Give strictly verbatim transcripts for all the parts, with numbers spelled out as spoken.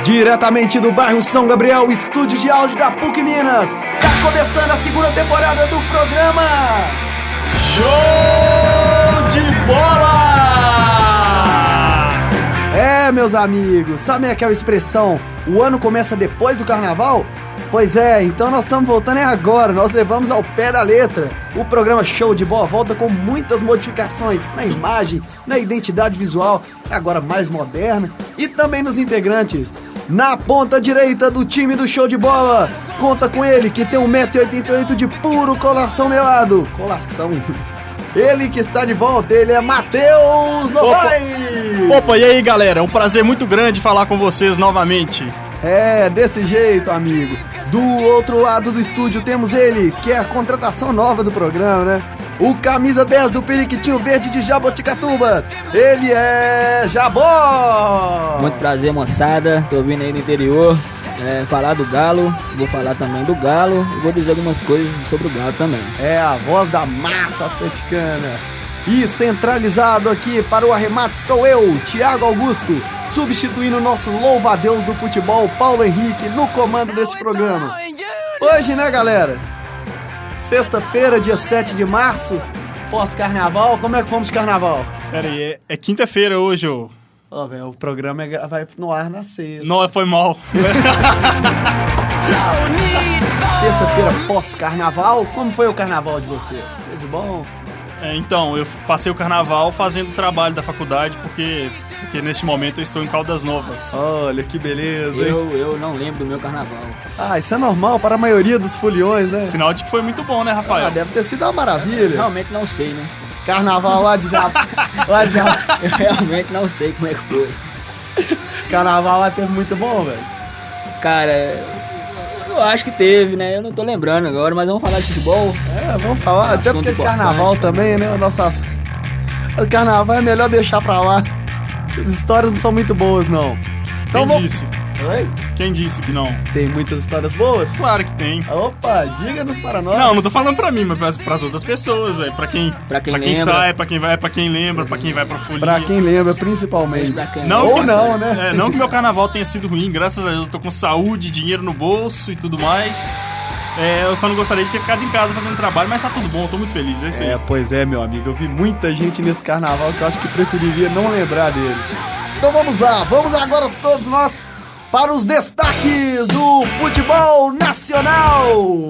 Diretamente do bairro São Gabriel, estúdio de áudio da P U C Minas, tá começando a segunda temporada do programa Show de Bola! É, meus amigos, sabem aquela expressão, o ano começa depois do carnaval? Pois é, então nós estamos voltando é agora, nós levamos ao pé da letra. O programa Show de Bola volta com muitas modificações na imagem, na identidade visual, agora mais moderna, e também nos integrantes. Na ponta direita do time do Show de Bola, conta com ele que tem um metro e oitenta e oito de puro colação melado. Colação. Ele que está de volta, ele é Matheus Novaes. Opa. Opa, e aí galera, é um prazer muito grande falar com vocês novamente. É, desse jeito, amigo. Do outro lado do estúdio temos ele, que é a contratação nova do programa, né? O camisa dez do Periquitinho Verde de Jaboticatuba. Ele é Jabó! Muito prazer, moçada. Tô vindo aí do interior é, falar do Galo. Vou falar também do Galo e vou dizer algumas coisas sobre o Galo também. É a voz da massa atleticana. E centralizado aqui para o arremate estou eu, Thiago Augusto, substituindo o nosso louva-a-Deus do futebol, Paulo Henrique, no comando deste programa. Hoje, né, galera? Sexta-feira, dia sete de março, pós-carnaval. Como é que fomos de carnaval? Pera aí, é, é quinta-feira hoje, ô. Ó, oh, velho, o programa é, vai no ar na sexta. Não, foi mal. Sexta-feira, pós-carnaval. Como foi o carnaval de vocês? Foi de bom? É, então, eu passei o carnaval fazendo o trabalho da faculdade, porque, porque neste momento eu estou em Caldas Novas. Olha, que beleza, hein? Eu, eu não lembro do meu carnaval. Ah, isso é normal para a maioria dos foliões, né? Sinal de que foi muito bom, né, Rafael? Ah, deve ter sido uma maravilha. Eu realmente não sei, né? Carnaval lá de Jabo. lá de Jabo. Eu realmente não sei como é que foi. Carnaval lá teve muito bom, velho. Cara, eu acho que teve, né? Eu não tô lembrando agora, mas vamos falar de futebol. É, vamos falar. Um até porque de carnaval também, também, né? O nosso o carnaval é melhor deixar pra lá. As histórias não são muito boas, não. Então, Quem vamos... disse? Oi? Quem disse que não? Tem muitas histórias boas? Claro que tem. Opa, diga-nos para nós. Não, não tô falando pra mim, mas pras, pras outras pessoas, é, pra quem, pra quem, pra quem lembra. sai, pra quem vai, pra quem lembra, pra quem vai pra folia. Pra quem lembra, principalmente. Pra quem não, Ou que, não, né? É, não que meu carnaval tenha sido ruim, graças a Deus eu tô com saúde, dinheiro no bolso e tudo mais. É, eu só não gostaria de ter ficado em casa fazendo trabalho, mas tá tudo bom, eu tô muito feliz, é isso aí. É, pois é, meu amigo, eu vi muita gente nesse carnaval que eu acho que preferiria não lembrar dele. Então vamos lá, vamos agora todos nós para os destaques do futebol nacional.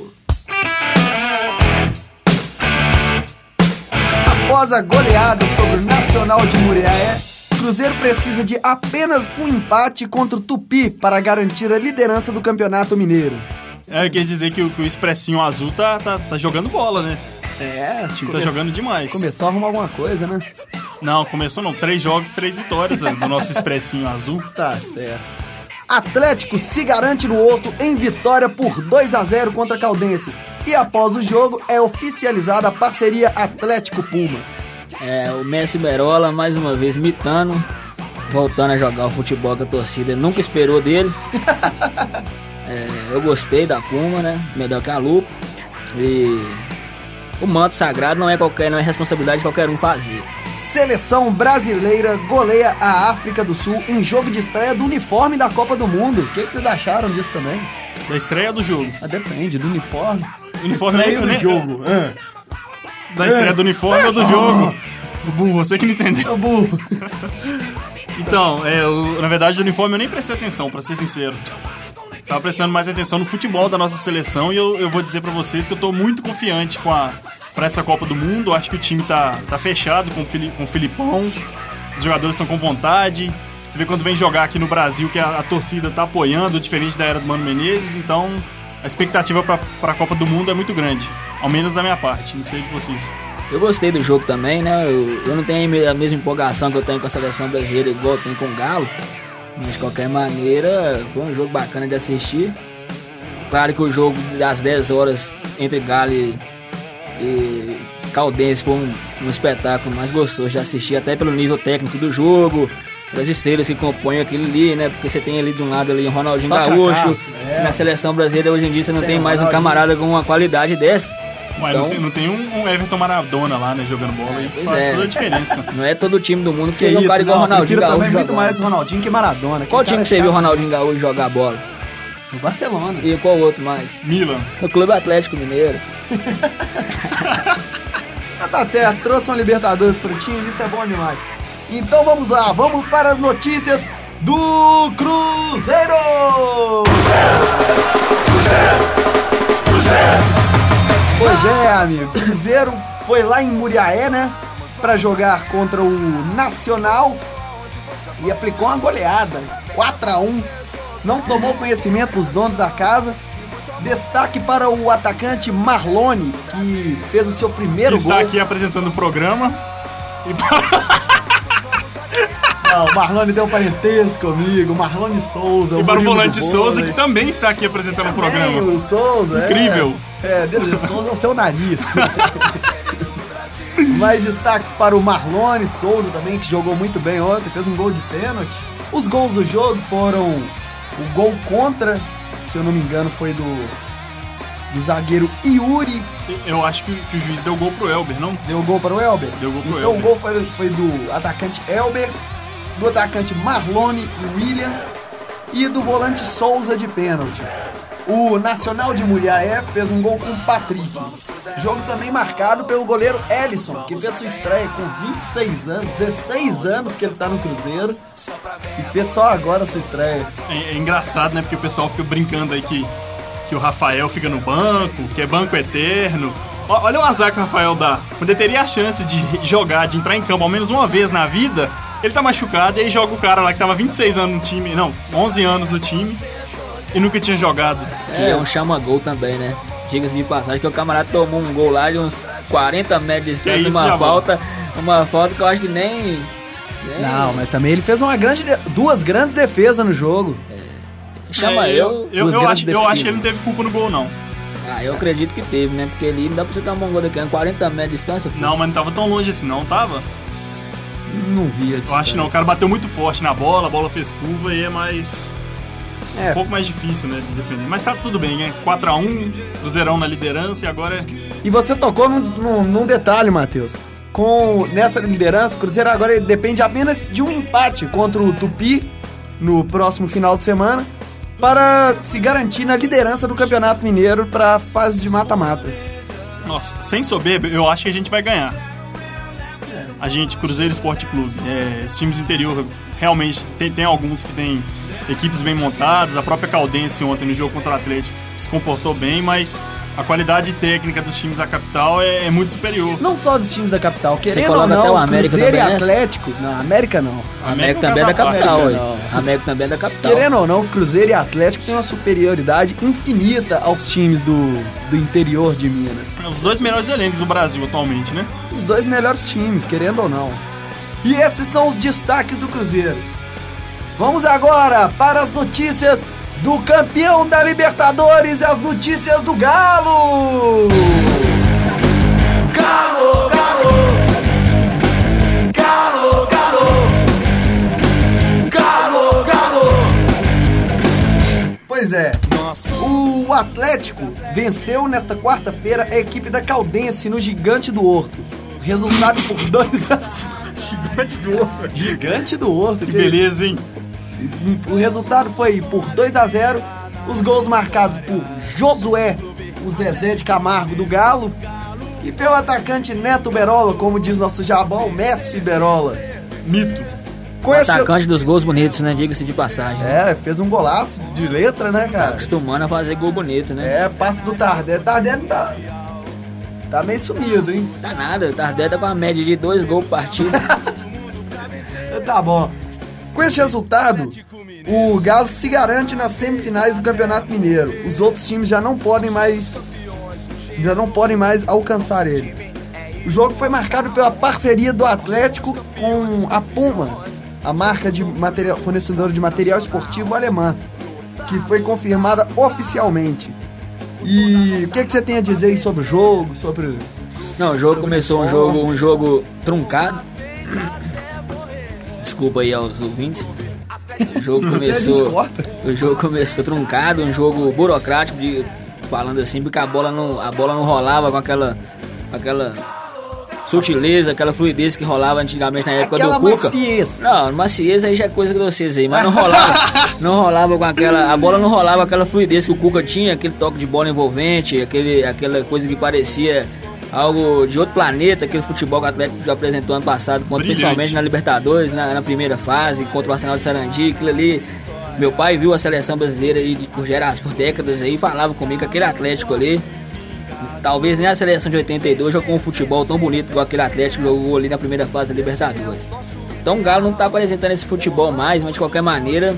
Após a goleada sobre o Nacional de Muriaé, Cruzeiro precisa de apenas um empate contra o Tupi para garantir a liderança do Campeonato Mineiro. É, quer dizer que o, que o Expressinho Azul tá, tá, tá jogando bola, né? É, O time come... tá jogando demais. Começou a arrumar alguma coisa, né? Não, começou não. Três jogos, três vitórias do nosso Expressinho Azul. Tá certo. Atlético se garante no outro em vitória por dois a zero contra a Caldense. E após o jogo é oficializada a parceria Atlético-Puma. É, o Messi Berola, mais uma vez, mitando, voltando a jogar o futebol que a torcida nunca esperou dele. É, eu gostei da Puma, né? Melhor que a Lupo. E o manto sagrado não é qualquer, não é responsabilidade de qualquer um fazer. Seleção brasileira goleia a África do Sul em jogo de estreia do uniforme da Copa do Mundo. O que, que vocês acharam disso também? Da estreia do jogo. Ah, depende, do uniforme. Uniforme estreia nem, do nem, jogo. Ah. Da estreia É. do uniforme ou do Ah. jogo? Burro, você que não entendeu. Ô, burro. Então, é, o, na verdade, do uniforme eu nem prestei atenção, pra ser sincero. Tava prestando mais atenção no futebol da nossa seleção e eu, eu vou dizer pra vocês que eu tô muito confiante com a, pra essa Copa do Mundo. Acho que o time tá, tá fechado com o, Fili, com o Filipão, os jogadores são com vontade. Você vê quando vem jogar aqui no Brasil que a, a torcida tá apoiando, diferente da era do Mano Menezes. Então, a expectativa pra, pra Copa do Mundo é muito grande, ao menos da minha parte, não sei de vocês. Eu gostei do jogo também, né? Eu, eu não tenho a mesma empolgação que eu tenho com a seleção brasileira igual eu tenho com o Galo. Mas de qualquer maneira, foi um jogo bacana de assistir. Claro que o jogo das dez horas entre Galo e, e Caldense foi um, um espetáculo mais gostoso de assistir, até pelo nível técnico do jogo, pelas estrelas que compõem aquilo ali, né? Porque você tem ali de um lado ali o Ronaldinho Só Gaúcho, é. Na seleção brasileira hoje em dia você não tem, tem mais um Ronaldinho. camarada com uma qualidade dessa. Mas Então- não tem, não tem um, um Everton Maradona lá, né, jogando bola. É, Isso pois faz é. toda a diferença. Não é todo time do mundo que Que seja um isso, cara igual o não, Ronaldinho prefiro Gaúcho também muito jogando. mais Ronaldinho que Maradona. Qual Aquele time cara que você é viu o chato. Ronaldinho Gaúcho jogar bola? No Barcelona. E qual outro mais? Milan. No Clube Atlético Mineiro. Ah, tá certo, trouxe uma Libertadores pro time, isso é bom demais. Então vamos lá, vamos para as notícias do Cruzeiro! Pois é, amigo, o Cruzeiro foi lá em Muriaé, né, pra jogar contra o Nacional e aplicou uma goleada, quatro a um. Não tomou conhecimento dos donos da casa. Destaque para o atacante Marlone, que fez o seu primeiro Que está gol. aqui apresentando o programa. E para, Não, o Marlone deu parentesco comigo, Marlone Souza. e para o Murilo volante do Souza, vôlei. que também está aqui apresentando o Também, programa. o Souza, é. Incrível. É, Deus, o Souza é o seu nariz. Mais destaque para o Marlone Souza também, que jogou muito bem ontem, fez um gol de pênalti. Os gols do jogo foram o gol contra, se eu não me engano, foi do, do zagueiro Yuri. Eu acho que, que o juiz deu gol pro Elber, não? Deu gol para o Elber? Deu gol pro então Elber. o gol foi, foi do atacante Elber, do atacante Marlone e William e do volante Souza de pênalti. O Nacional de Muriaé fez um gol com o Patrick. Jogo também marcado pelo goleiro Ellison, que fez sua estreia com vinte e seis anos, dezesseis anos que ele tá no Cruzeiro e fez só agora sua estreia. É, é engraçado, né? Porque o pessoal fica brincando aí que, que o Rafael fica no banco, que é banco eterno. Ó, olha o azar que o Rafael dá. Quando ele teria a chance de jogar, de entrar em campo ao menos uma vez na vida, ele tá machucado e aí joga o cara lá que tava vinte e seis anos no time, não, onze anos no time e nunca tinha jogado. Que é um chama-gol também, né? Diga-se de passagem que o camarada tomou um gol lá de uns quarenta metros de Que é distância, isso, uma Jabão? falta, uma falta que eu acho que nem... nem Não, mas também ele fez uma grande, de- duas grandes defesas no jogo. Chama É, eu... eu, duas eu, grandes acho, eu acho que ele defesas. não teve culpa no gol, não. Ah, eu acredito que teve, né? Porque ali não dá pra você tomar um gol daqui a quarenta metros de distância. pô. Não, mas não tava tão longe assim, não, tava? Não via Eu acho que não, o cara bateu muito forte na bola, a bola fez curva e é mais... É. Um pouco mais difícil, né, de defender. Mas tá tudo bem, né? quatro a um, Cruzeirão na liderança e agora é... E você tocou num, num, num detalhe, Matheus. Com, nessa liderança, o Cruzeiro agora depende apenas de um empate contra o Tupi no próximo final de semana para se garantir na liderança do Campeonato Mineiro para a fase de mata-mata. Nossa, sem soberba, eu acho que a gente vai ganhar. A gente, Cruzeiro Esporte Clube, é, os times do interior, realmente tem, tem alguns que tem equipes bem montadas. A própria Caldense ontem no jogo contra o Atlético se comportou bem, mas a qualidade técnica dos times da capital é, é muito superior. Não só os times da capital, querendo ou coloca até não, o América Cruzeiro e também nessa? Atlético... Não, América não. A América América também é da caso à parte, capital, América hoje. não. A América também é da capital. Querendo ou não, Cruzeiro e Atlético têm uma superioridade infinita aos times do, do interior de Minas. Os dois melhores elencos do Brasil atualmente, né? Os dois melhores times, querendo ou não. E esses são os destaques do Cruzeiro. Vamos agora para as notícias do campeão da Libertadores e as notícias do Galo. Galo, Galo. Galo, Galo. Galo, Galo. Pois é. O Atlético venceu nesta quarta-feira a equipe da Caldense no Gigante do Horto. Resultado por dois a Gigante do Horto. Gigante do Horto. Que beleza, hein? O resultado foi por dois a zero. Os gols marcados por Josué, o Zezé de Camargo do Galo, e pelo atacante Neto Berola, como diz nosso Jabão, Messi Berola. Mito. Com O esse... atacante dos gols bonitos, né? Diga-se de passagem. É, fez um golaço de letra, né, Tá cara? acostumando a fazer gol bonito, né? É, passe do Tardelli. Tardelli tá... tá meio sumido, hein? Tá nada, o Tardelli tá com uma média de dois gols por partida. Tá bom. Com esse resultado, o Galo se garante nas semifinais do Campeonato Mineiro. Os outros times já não podem mais já não podem mais alcançar ele. O jogo foi marcado pela parceria do Atlético com a Puma, a marca de material, fornecedora de material esportivo alemã, que foi confirmada oficialmente. E o que, que você tem a dizer aí sobre o jogo, sobre... Não, o jogo começou um jogo, um jogo truncado. Desculpa aí aos ouvintes. O jogo A gente começou, corta. o jogo começou truncado, um jogo burocrático, de, falando assim, porque a bola não, a bola não rolava com aquela, aquela sutileza, aquela fluidez que rolava antigamente na época aquela do Cuca. Maciez. Não, maciez aí já é coisa de vocês aí, mas não rolava, não rolava com aquela, a bola não rolava com aquela fluidez que o Cuca tinha, aquele toque de bola envolvente, aquele, aquela coisa que parecia algo de outro planeta, aquele futebol que o Atlético já apresentou ano passado, contra, principalmente na Libertadores, na, na primeira fase, contra o Arsenal de Sarandi, aquilo ali. Meu pai viu a seleção brasileira aí de, por, gerações, por décadas aí, falava comigo que aquele Atlético ali, talvez nem a seleção de oitenta e dois jogou um futebol tão bonito igual aquele Atlético jogou ali na primeira fase da Libertadores. Então o Galo não está apresentando esse futebol mais, mas de qualquer maneira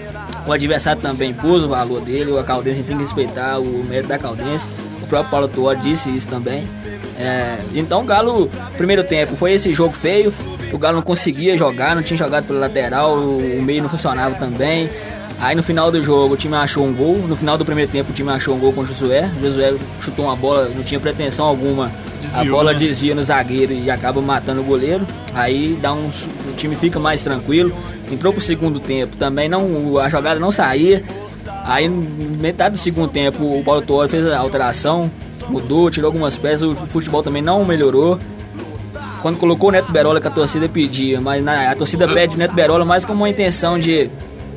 o adversário também pôs o valor dele, a Caldense tem que respeitar o mérito da Caldense, o próprio Paulo Tuori disse isso também. É, então o Galo, primeiro tempo, foi esse jogo feio, o Galo não conseguia jogar, não tinha jogado pela lateral, o, o meio não funcionava também. Aí no final do jogo o time achou um gol, no final do primeiro tempo o time achou um gol com o Josué, o Josué chutou uma bola, não tinha pretensão alguma, desviou, a bola né? desvia no zagueiro e acaba matando o goleiro, aí dá um, o time fica mais tranquilo, entrou pro segundo tempo, também não, a jogada não saía, aí metade do segundo tempo o Paulo Tuori fez a alteração, mudou, tirou algumas peças, o futebol também não melhorou. Quando colocou o Neto Berola que a torcida pedia, mas na, a torcida pede o Neto Berola mais como uma intenção de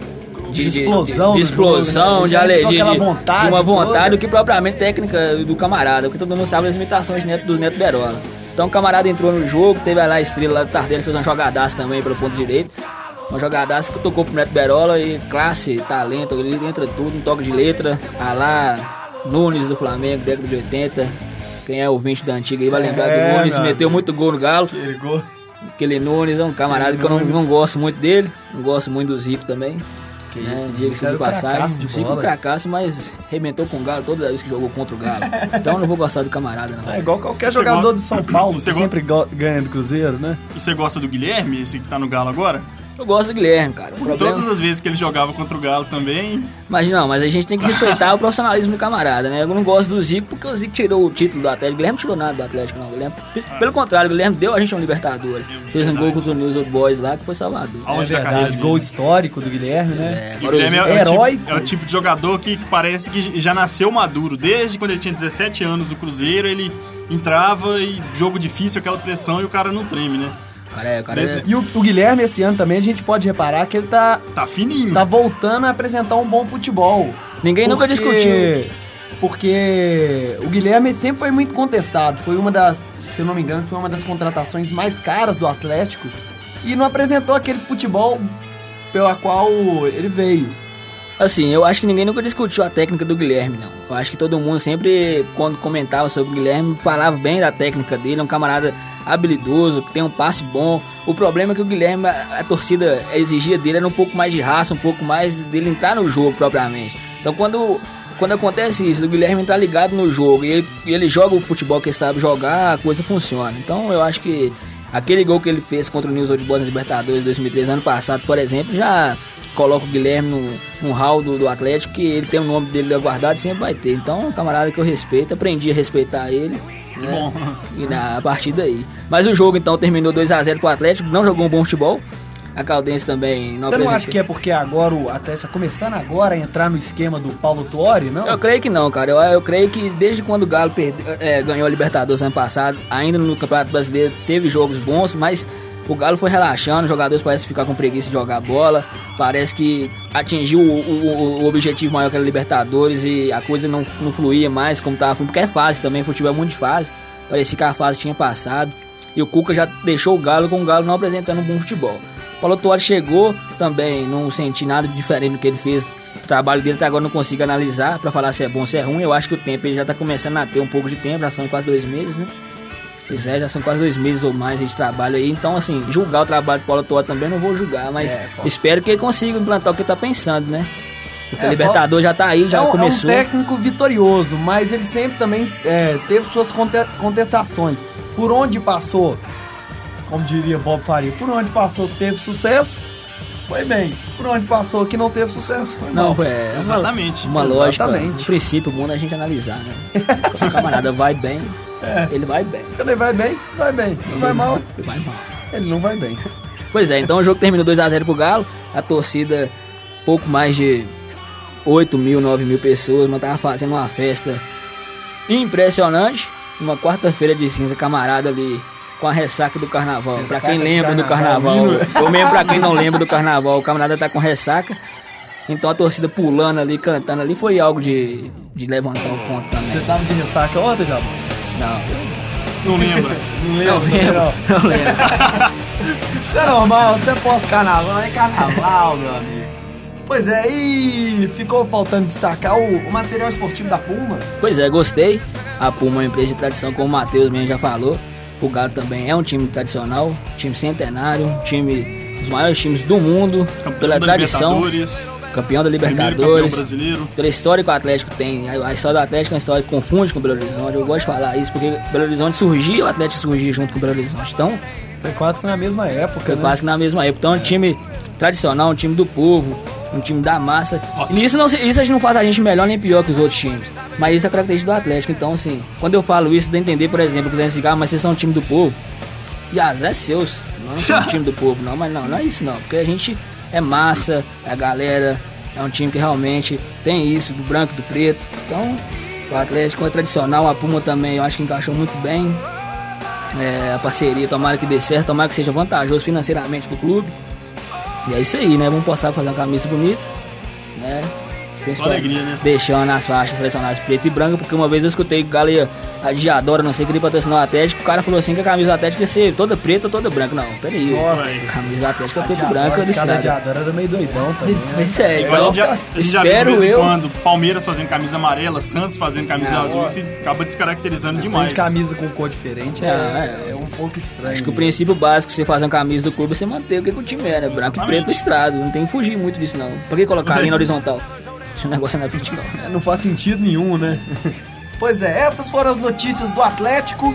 de, de explosão, de, de, explosão, jogo, né? de alegria, de, vontade, de uma vontade toda. do que propriamente técnica do camarada, porque todo mundo sabe as limitações do Neto, do Neto Berola. Então o camarada entrou no jogo, teve lá a estrela lá do Tardelli, fez uma jogadaça também pelo ponto direito, uma jogadaça que tocou pro Neto Berola e classe, talento, ele entra tudo, um toque de letra, a lá Nunes do Flamengo, década de oitenta. Quem é ouvinte da antiga aí vai lembrar é, do Nunes, meteu muito gol no Galo. Aquele, gol. Aquele Nunes é um camarada Aquele que eu não, não gosto muito dele, não gosto muito do Zico também. Que né? isso, Diga-se de passagem, o Zico fracasso, mas arrebentou com o Galo toda vez que jogou contra o Galo. Então eu não vou gostar do camarada, não. É igual qualquer você jogador gosta... de São Paulo, que sempre go... ganha do Cruzeiro, né? E você gosta do Guilherme, esse que tá no Galo agora? Eu gosto do Guilherme, cara. O problema... Todas as vezes que ele jogava contra o Galo também... Mas não, mas a gente tem que respeitar o profissionalismo do camarada, né? Eu não gosto do Zico porque o Zico tirou o título do Atlético. O Guilherme não tirou nada do Atlético, não. Guilherme... Pelo contrário, o Guilherme deu a gente um Libertadores. É Fez um gol contra o News Old Boys lá, que foi Salvador. É verdade, gol histórico do Guilherme, né? É, o Guilherme é, é, heróico. Tipo, é o tipo de jogador que, que parece que já nasceu maduro. Desde quando ele tinha dezessete anos no Cruzeiro, ele entrava e jogo difícil, aquela pressão, e o cara não treme, né? Cara, é, cara é... E o, o Guilherme esse ano também a gente pode reparar que ele tá tá fininho, tá voltando a apresentar um bom futebol. Ninguém porque, nunca discutiu. Porque o Guilherme sempre foi muito contestado. Foi uma das, se eu não me engano, foi uma das contratações mais caras do Atlético e não apresentou aquele futebol pela qual ele veio. Assim, eu acho que ninguém nunca discutiu a técnica do Guilherme, não. Eu acho que todo mundo sempre, quando comentava sobre o Guilherme, falava bem da técnica dele. É um camarada habilidoso, que tem um passe bom. O problema é que o Guilherme, a, a torcida exigia dele era um pouco mais de raça, um pouco mais dele entrar no jogo propriamente. Então quando, quando acontece isso, o Guilherme entrar ligado no jogo e ele, e ele joga o futebol que ele sabe jogar, a coisa funciona. Então eu acho que aquele gol que ele fez contra o News Old Boys na Libertadores dois mil e três, ano passado, por exemplo, já coloca o Guilherme no, no hall do, do Atlético, que ele tem o nome dele guardado e sempre vai ter. Então é um camarada que eu respeito, aprendi a respeitar ele. Né? Bom. E na a partir daí. Mas o jogo então terminou dois a zero pro Atlético, não jogou um bom futebol. A Caldense também não Você não acha que é porque agora o Atlético está começando agora a entrar no esquema do Paulo Tuori, não? Eu creio que não, cara. Eu, eu creio que desde quando o Galo perde, é, ganhou a Libertadores ano passado, ainda no Campeonato Brasileiro teve jogos bons, mas o Galo foi relaxando, os jogadores parecem ficar com preguiça de jogar bola, parece que atingiu o, o, o objetivo maior que era a Libertadores e a coisa não, não fluía mais como estava fluindo, porque é fase também, futebol é muito de fase, parecia que a fase tinha passado e o Cuca já deixou o Galo com o Galo não apresentando um bom futebol. O Paulo Tuori chegou também, não senti nada diferente do que ele fez, o trabalho dele até agora não consigo analisar para falar se é bom ou se é ruim. Eu acho que o tempo ele já está começando a ter um pouco de tempo, já são quase dois meses, né? Pois é, já são quase dois meses ou mais de trabalho aí, então assim, julgar o trabalho do Paulo Tuori também não vou julgar, mas é, espero que ele consiga implantar o que ele tá pensando, né? Porque é, o Libertador já tá aí, já é um, começou. É um técnico vitorioso, mas ele sempre também é, teve suas contestações. Por onde passou, como diria Bob Faria, por onde passou teve sucesso, foi bem. Por onde passou que não teve sucesso, foi não, mal. É uma, Exatamente. Uma lógica, no princípio, bom a gente analisar, né? O camarada vai bem, é. ele vai bem. Ele vai bem, vai bem. Ele, ele vai mal, ele vai mal. Ele não vai bem. Pois é, então o jogo terminou dois a zero pro Galo, a torcida pouco mais de oito mil, nove mil pessoas, mas tava fazendo uma festa impressionante. Uma quarta-feira de cinza, camarada ali com a ressaca do carnaval. Pra quem lembra do carnaval, ou mesmo pra quem não lembra do carnaval, o camarada tá com ressaca. Então a torcida pulando ali, cantando ali, foi algo de, de levantar o ponto também. Você tava de ressaca ontem, Jabó? Não. Não lembra? Não Não lembro, não lembro. Isso é normal, você é pós-carnaval, é carnaval, meu amigo. Pois é, e ficou faltando destacar o, o material esportivo da Puma. Pois é, gostei. A Puma é uma empresa de tradição, como o Matheus mesmo já falou. O Galo também é um time tradicional, time centenário, um time dos maiores times do mundo, Campeão pela da tradição. Libertadores. Campeão da Primeiro Libertadores. campeão brasileiro. Pela história que o Atlético tem. A história do Atlético é uma história que confunde com o Belo Horizonte. Eu gosto de falar isso porque Belo Horizonte surgiu, o Atlético surgiu junto com o Belo Horizonte. Então, Foi quase que na mesma época, foi né? quase que na mesma época. Então, é um time tradicional, um time do povo, um time da massa. Nossa, E isso, não, se- isso a gente não faz a gente melhor nem pior que os outros times. Mas isso é característica do Atlético. Então, assim, quando eu falo isso, dá a entender, por exemplo, que você ah, mas vocês são um time do povo. E as é seus. Nós não somos um time do povo, não. Mas não, não é isso, não. Porque a gente é massa, é a galera. É um time que realmente tem isso, do branco e do preto. Então, o Atlético é tradicional, a Puma também eu acho que encaixou muito bem. É, a parceria, tomara que dê certo, tomara que seja vantajoso financeiramente pro clube. E é isso aí, né? Vamos passar a fazer uma camisa bonita, né? Só alegria, né? Deixando as faixas selecionadas preto e branca, porque uma vez eu escutei que o Galo ia, a Diadora, não sei, queria patrocinar o Atlético, o cara falou assim que a camisa do Atlético ia ser toda preta ou toda branca. Não, peraí. Nossa. A camisa do Atlético é preta e branca, Esse cara de listrada. Adora era meio doidão também, né? Mas é, Igual a então, gente já, a gente já viu de espero vez em eu. quando Palmeiras fazendo camisa amarela, Santos fazendo camisa Ah, azul, nossa. isso acaba descaracterizando Tem demais. de camisa com cor diferente é, Ah, é. é um pouco estranho. Acho que o mesmo. princípio básico de você fazer uma camisa do clube é você manter o que, que o time é, né? Branco Exatamente. e preto listrado. Não tem que fugir muito disso, não. Pra que colocar a linha horizontal? Esse negócio não é vertical. É, não faz sentido nenhum, né? Pois é, essas foram as notícias do Atlético,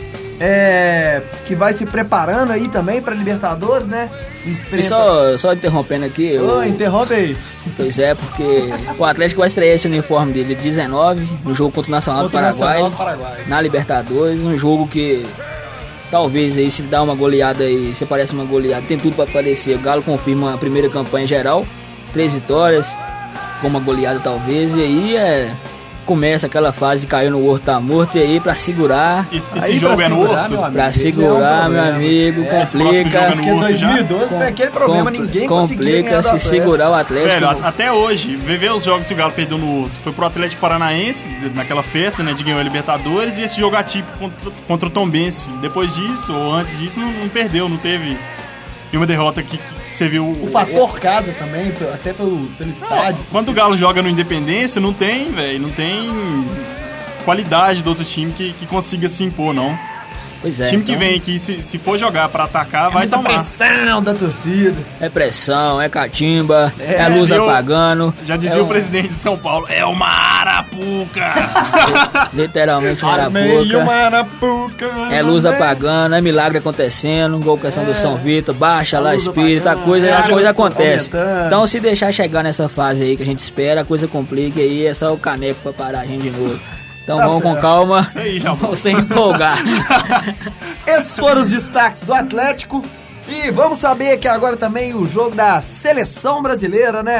é, que vai se preparando aí também pra Libertadores, né? E Enfrenta... só, só interrompendo aqui, eu, Ô, interrompe aí. pois é, porque o Atlético vai estrear esse uniforme dele de dezenove, no jogo contra o Nacional do Contra o Paraguai, Nacional do Paraguai. na Libertadores, um jogo que talvez aí se dá uma goleada aí, se parece uma goleada, tem tudo pra aparecer. O Galo confirma a primeira campanha geral, três vitórias, com uma goleada talvez, e aí é... Começa aquela fase, caiu no Horto, tá morto, e aí pra segurar, Esse, esse Aí, jogo pra é no segurar, Horto? meu amigo, pra esse segurar, é um meu problema. amigo, Esse próximo complica, jogo é no Porque Horto já? dois mil e doze foi aquele problema, compl- ninguém conseguia ganhar complica do se Atlético. segurar o Atlético. Velho, a- até hoje, vê ver os jogos que o Galo perdeu no Horto. Foi pro Atlético Paranaense, de- naquela festa, né, de ganhar a Libertadores, e esse jogo atípico contra, contra o Tombense. Depois disso, ou antes disso, não, não perdeu, não teve nenhuma derrota que, que você viu. O fator casa também, pe- até pelo, pelo estádio. Quando o Galo joga no Independência, não tem, velho, não tem qualidade do outro time que, que consiga se impor, não. Pois é, time que então, vem aqui, se, se for jogar pra atacar, vai muita tomar. pressão da torcida. é pressão, é catimba, é, É, luz eu- apagando, Já dizia é o um- presidente de São Paulo, é uma arapuca! literalmente uma Meio arapuca. Marapuca. É luz apagando, é milagre acontecendo, gol questão do São Vitor, baixa A lá luz espírito, a apagando, coisa, é, a a coisa luz acontece. aumentando. Então se deixar chegar nessa fase aí que a gente espera, a coisa complica e aí é só o caneco pra parar a gente de novo. Então Tá vamos com certo. calma, Isso aí, já vamos sem empolgar. Esses foram os destaques do Atlético. E vamos saber que agora também o jogo da seleção brasileira, né?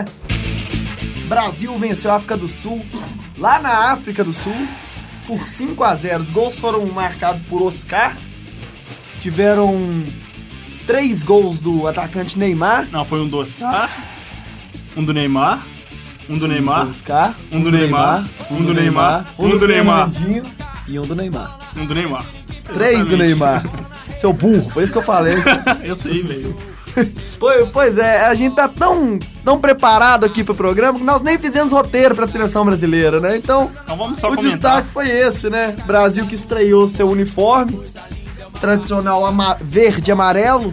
Brasil venceu a África do Sul, lá na África do Sul, por cinco a zero. Os gols foram marcados por Oscar. Tiveram três gols do atacante Neymar. Não, foi um do Oscar, um do Neymar, um do Neymar, Oscar, um do Neymar, um do Neymar, um do Neymar, Fernandinho e um do Neymar. um do Neymar. Três do Exatamente. Neymar. Seu burro, foi isso que eu falei. Eu sei, velho. Pois, pois é, a gente tá tão, tão preparado aqui pro programa que nós nem fizemos roteiro pra seleção brasileira, né? Então, Então vamos só o comentar. destaque foi esse, né? Brasil que estreou seu uniforme tradicional ama- verde e amarelo,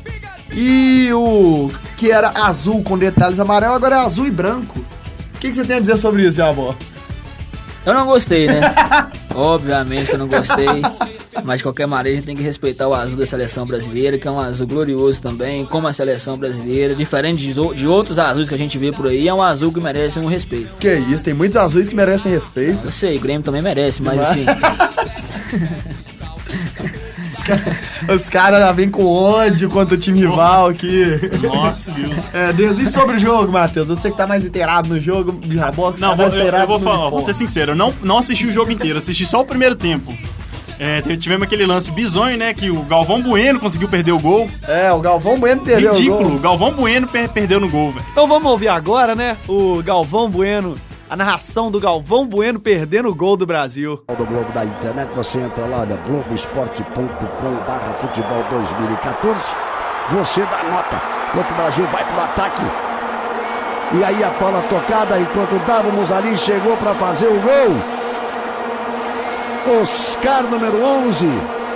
e o que era azul com detalhes amarelo agora é azul e branco. O que, que você tem a dizer sobre isso, Jabó? Eu não gostei, né? Obviamente que eu não gostei. Mas de qualquer maneira a gente tem que respeitar o azul da seleção brasileira, que é um azul glorioso também, como a seleção brasileira. Diferente de, o- de outros azuis que a gente vê por aí, é um azul que merece um respeito. Que isso, tem muitos azuis que merecem respeito. Eu sei, o Grêmio também merece, mas Vai. assim, Os caras já vêm com ódio contra o time rival aqui. Nossa, Deus. É, Deus, e sobre o jogo, Matheus? Você que tá mais inteirado no jogo, já bosta, Não, tá vou, mais eu, inteirado eu vou no falar, uniforme. vou ser sincero, eu não, não assisti o jogo inteiro, assisti só o primeiro tempo. É, tivemos aquele lance bizonho, né, que o Galvão Bueno conseguiu perder o gol. É, o Galvão Bueno perdeu Ridículo, o gol. o Galvão Bueno per- perdeu no gol, velho. Então vamos ouvir agora, né, o Galvão Bueno, a narração do Galvão Bueno perdendo o gol do Brasil. Do Globo da internet, você entra lá, olha, globoesporte ponto com barra futebol dois mil e quatorze, você dá nota, enquanto o Brasil vai pro ataque. E aí a bola tocada, enquanto dávamos ali, chegou para fazer o gol. Oscar, número onze.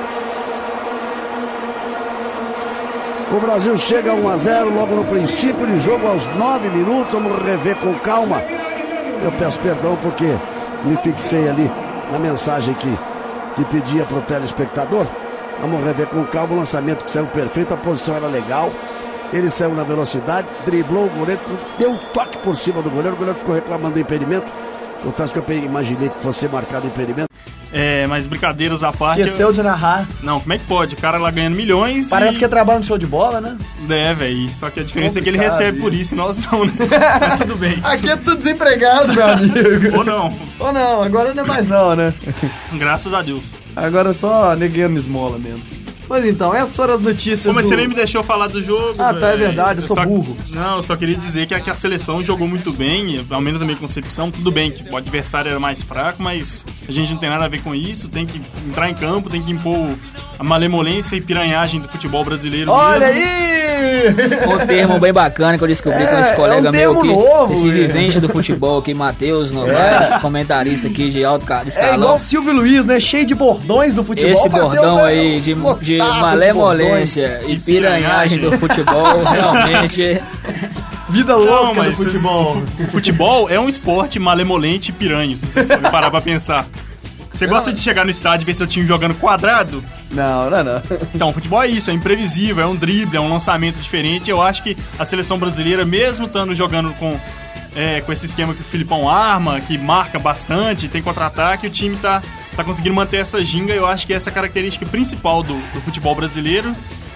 O Brasil chega a um a zero logo no princípio de jogo, aos nove minutos. Vamos rever com calma. Eu peço perdão porque me fixei ali na mensagem que, que pedia para o telespectador. Vamos rever com calma o lançamento que saiu perfeito, a posição era legal. Ele saiu na velocidade, driblou o goleiro, deu um toque por cima do goleiro. O goleiro ficou reclamando do impedimento. Confesso que eu imaginei que fosse marcado impedimento. É, mas brincadeiras à parte... Esqueceu eu... de narrar. Não, como é que pode? O cara lá ganhando milhões Parece e... que é trabalho no show de bola, né? É, velho. Só que a diferença Complicado é que ele recebe isso. por isso e nós não, né? Mas tudo bem. Aqui é tudo desempregado, meu amigo. Ou não. Ou não, agora não é mais não, né? Graças a Deus. Agora é só negando esmola mesmo. Mas então, essas foram as notícias Pô, mas do... você nem me deixou falar do jogo. Ah, tá, é véi. verdade, eu sou só... burro. Não, eu só queria dizer que a, que a seleção jogou muito bem, ao menos na minha concepção. Tudo bem que o adversário era mais fraco, mas a gente não tem nada a ver com isso. Tem que entrar em campo, tem que impor a malemolência e piranhagem do futebol brasileiro. Olha mesmo. aí! Um termo bem bacana que eu descobri É, com esse colega é um meu termo aqui, novo, esse é. vivente do futebol aqui, Matheus Novaes, É. comentarista aqui de alto ca- É escalão. igual o Silvio Luiz, né? Cheio de bordões do futebol. Esse Matheus bordão é aí de, lotado de bordões. malemolência e E piranhagem piranhagem. do futebol, realmente. Vida Não, louca mas do futebol. O futebol é um esporte malemolente e piranho, se você for parar pra pensar. Você gosta de chegar no estádio e ver seu time jogando quadrado? Não, não, não. Então, o futebol é isso, é imprevisível, é um drible, é um lançamento diferente. Eu acho que a seleção brasileira, mesmo estando jogando com, é, com esse esquema que o Filipão arma, que marca bastante, tem contra-ataque, o time tá, tá conseguindo manter essa ginga. Eu acho que essa é a característica principal do, do futebol brasileiro.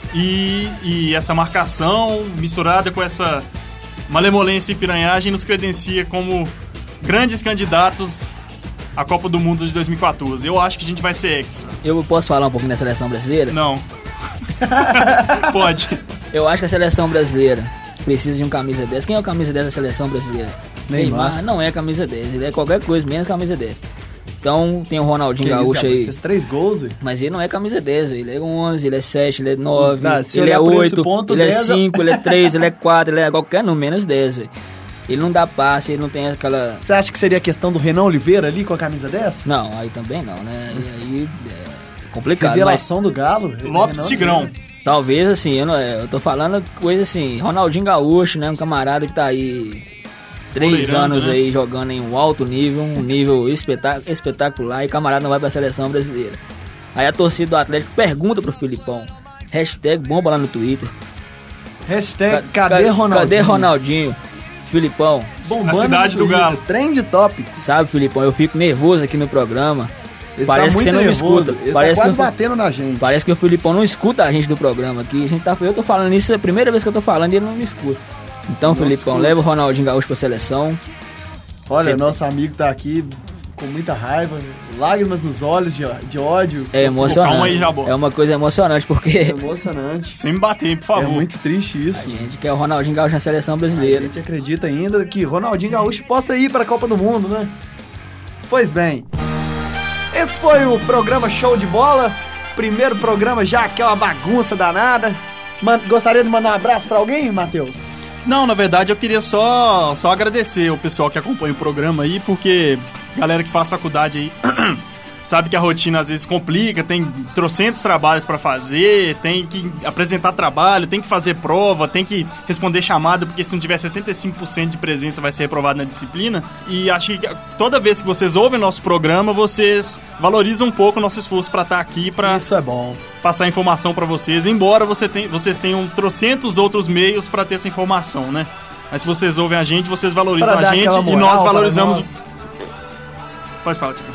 E, e essa marcação misturada com essa malemolência e piranhagem nos credencia como grandes candidatos à Copa do Mundo de dois mil e quatorze. Eu acho que a gente vai ser ex. Eu posso falar um pouquinho da seleção brasileira? Não. Pode. Eu acho que a seleção brasileira precisa de um camisa dez. Quem é o camisa dez da seleção brasileira? Neymar. Não é camisa dez, ele é qualquer coisa menos camisa dez. Então tem o Ronaldinho Que Gaúcho isso, aí. Fez três gols, hein? Mas ele não é camisa dez, ele é onze, ele é sete, ele é nove, Ah, se ele é olhar por esse oito, ponto, ele é dez é- cinco, ele é três, ele é quatro, ele é qualquer número, menos dez, velho. Ele não dá passe, ele não tem aquela... Você acha que seria a questão do Renan Oliveira ali com a camisa dez? Não, aí também não, né? E aí é complicado, mas Revelação do Galo. Lopes Renan Tigrão. Oliveira. talvez assim, eu, não, eu tô falando coisa assim, Ronaldinho Gaúcho, né? Um camarada que tá aí três Goleirando, anos né? aí jogando em um alto nível, um nível espetá- espetacular, e camarada não vai pra seleção brasileira. Aí a torcida do Atlético pergunta pro Filipão, hashtag bomba lá no Twitter. Hashtag Ca- cadê ca- Ronaldinho? Cadê Ronaldinho? Filipão, Bombando Na cidade no do Twitter. Galo. Trend Topics. sabe, Filipão, eu fico nervoso aqui no programa. Ele Parece tá que você muito não me nervoso. escuta. Ele Parece tá quase que eu- batendo na gente. Parece que o Filipão não escuta a gente do programa aqui. A gente tá, eu tô falando isso, é a primeira vez que eu tô falando e ele não me escuta. Então, Não Filipão, escuta. leva o Ronaldinho Gaúcho pra seleção. Olha, Você- nosso amigo tá aqui com muita raiva, lágrimas nos olhos de, de ódio. É emocionante. Calma aí, Jabó. É uma coisa emocionante, É porque emocionante. Sem me bater, por É favor. muito triste a isso. gente quer o Ronaldinho Gaúcho na seleção A brasileira. gente acredita ainda que Ronaldinho Gaúcho possa ir para a Copa do Mundo, né? Pois bem, esse foi o programa Show de Bola. Primeiro programa já, aquela bagunça danada. Man- gostaria de mandar um abraço para alguém, Matheus? Não, na verdade eu queria só, só agradecer o pessoal que acompanha o programa aí, porque galera que faz faculdade aí sabe que a rotina às vezes complica, tem trocentos trabalhos pra fazer, tem que apresentar trabalho, tem que fazer prova, tem que responder chamada, porque se não tiver setenta e cinco por cento de presença vai ser reprovado na disciplina. E acho que toda vez que vocês ouvem nosso programa, vocês valorizam um pouco o nosso esforço pra estar aqui, pra Isso é bom. passar informação pra vocês, embora você tem, vocês tenham trocentos outros meios pra ter essa informação, né? Mas se vocês ouvem a gente, vocês valorizam Pra dar a gente aquela e moral nós para valorizamos. nós. Pode falar, tipo.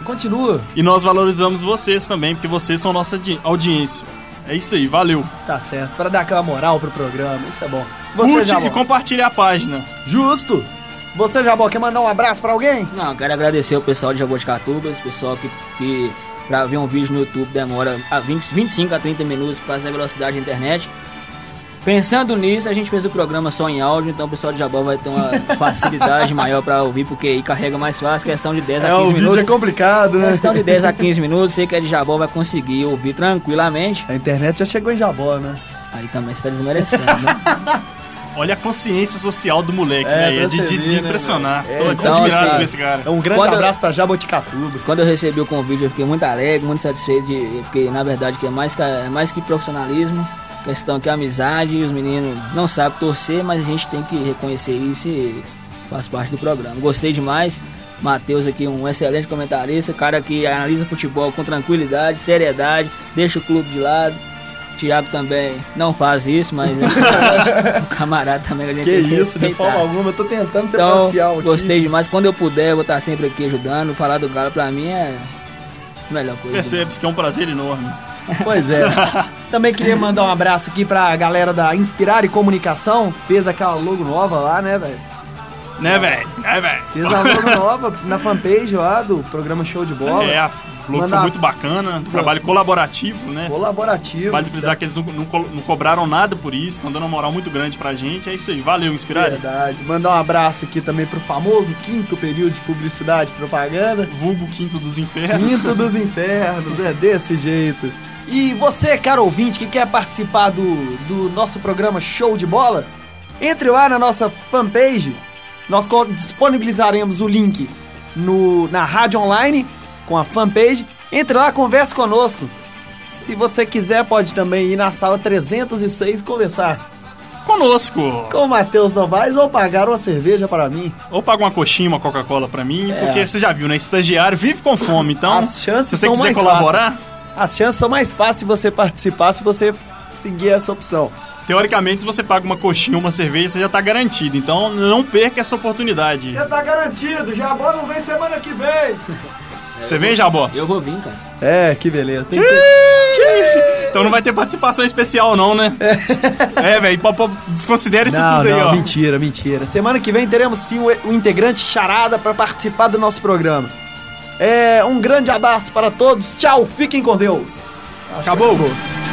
Continua. E nós valorizamos vocês também, porque vocês são nossa audi- audiência. É isso aí, valeu. Tá certo, pra dar aquela moral pro programa, isso é bom. Você, Curte Jabó. e compartilhe a página. Justo. Você, Jabó, quer mandar um abraço pra alguém? Não, quero agradecer o pessoal de Jaboticatubas, o pessoal que, que pra ver um vídeo no YouTube demora a vinte, vinte e cinco a trinta minutos por causa da velocidade da internet. Pensando nisso, a gente fez o programa só em áudio, então o pessoal de Jabó vai ter uma facilidade maior pra ouvir, porque aí carrega mais fácil, questão de dez a É, quinze o vídeo minutos. é complicado, né? Questão de dez a quinze minutos, sei que é de Jabó, vai conseguir ouvir tranquilamente. A internet já chegou em Jabó, né? Aí também você tá desmerecendo, né? Olha a consciência social do moleque, É, velho. É, pra de, você de, ver, de né, impressionar. velho? Tô É, então, admirado assim, com esse cara. É um grande Quando eu- abraço pra Jaboticatubas. Quando eu recebi o convite, eu fiquei muito alegre, muito satisfeito, de, porque na verdade que é mais que, é mais que profissionalismo, questão que é amizade, os meninos não sabem torcer, mas a gente tem que reconhecer isso e faz parte do programa. Gostei demais. Matheus aqui, um excelente comentarista, cara que analisa futebol com tranquilidade, seriedade, deixa o clube de lado. Thiago também não faz isso, mas o camarada também a gente Que tem que isso, de respeitar. forma alguma, eu tô tentando ser Então, parcial aqui. gostei demais. Quando eu puder, eu vou estar sempre aqui ajudando. Falar do Galo pra mim é a melhor coisa. Percebe-se que é um prazer enorme. Pois é. Também queria mandar um abraço aqui pra galera da Inspirar e Comunicação. Fez aquela logo nova lá, né, velho? Né, velho? Né, velho? Fez a logo nova na fanpage lá do programa Show de Bola. É, a logo Manda- foi muito bacana. Trabalho colaborativo, né? Colaborativo. Vale frisar que eles não, não, co- não cobraram nada por isso, estão dando uma moral muito grande pra gente. É isso aí, valeu, Inspirado. Verdade. Mandar um abraço aqui também pro famoso quinto período de publicidade e propaganda. Vulgo Quinto dos Infernos. Quinto dos Infernos, é desse jeito. E você, caro ouvinte, que quer participar do, do nosso programa Show de Bola, entre lá na nossa fanpage. Nós co- disponibilizaremos o link no, na rádio online com a fanpage. Entre lá, converse conosco. Se você quiser, pode também ir na sala trezentos e seis conversar Conosco. com o Matheus Novaes ou pagar uma cerveja para mim. Ou paga uma coxinha, uma Coca-Cola pra mim, É. porque você já viu, né? Estagiário vive com fome, então As chances se você são quiser mais colaborar, As chances são mais fáceis de você participar se você seguir essa opção. teoricamente, se você paga uma coxinha ou uma cerveja, você já tá garantido. Então não perca essa oportunidade. Já tá garantido, Jabó não vem semana que vem. Você vem, Jabó? Eu vou vir, cara. É, que beleza. Tem que... Então não vai ter participação especial, não, né? É, velho, desconsidera isso Não, tudo aí, não, ó. mentira, mentira. Semana que vem teremos sim o, o integrante Charada para participar do nosso programa. É, um grande abraço para todos. Tchau, fiquem com Deus. Acho que Acabou? acabou.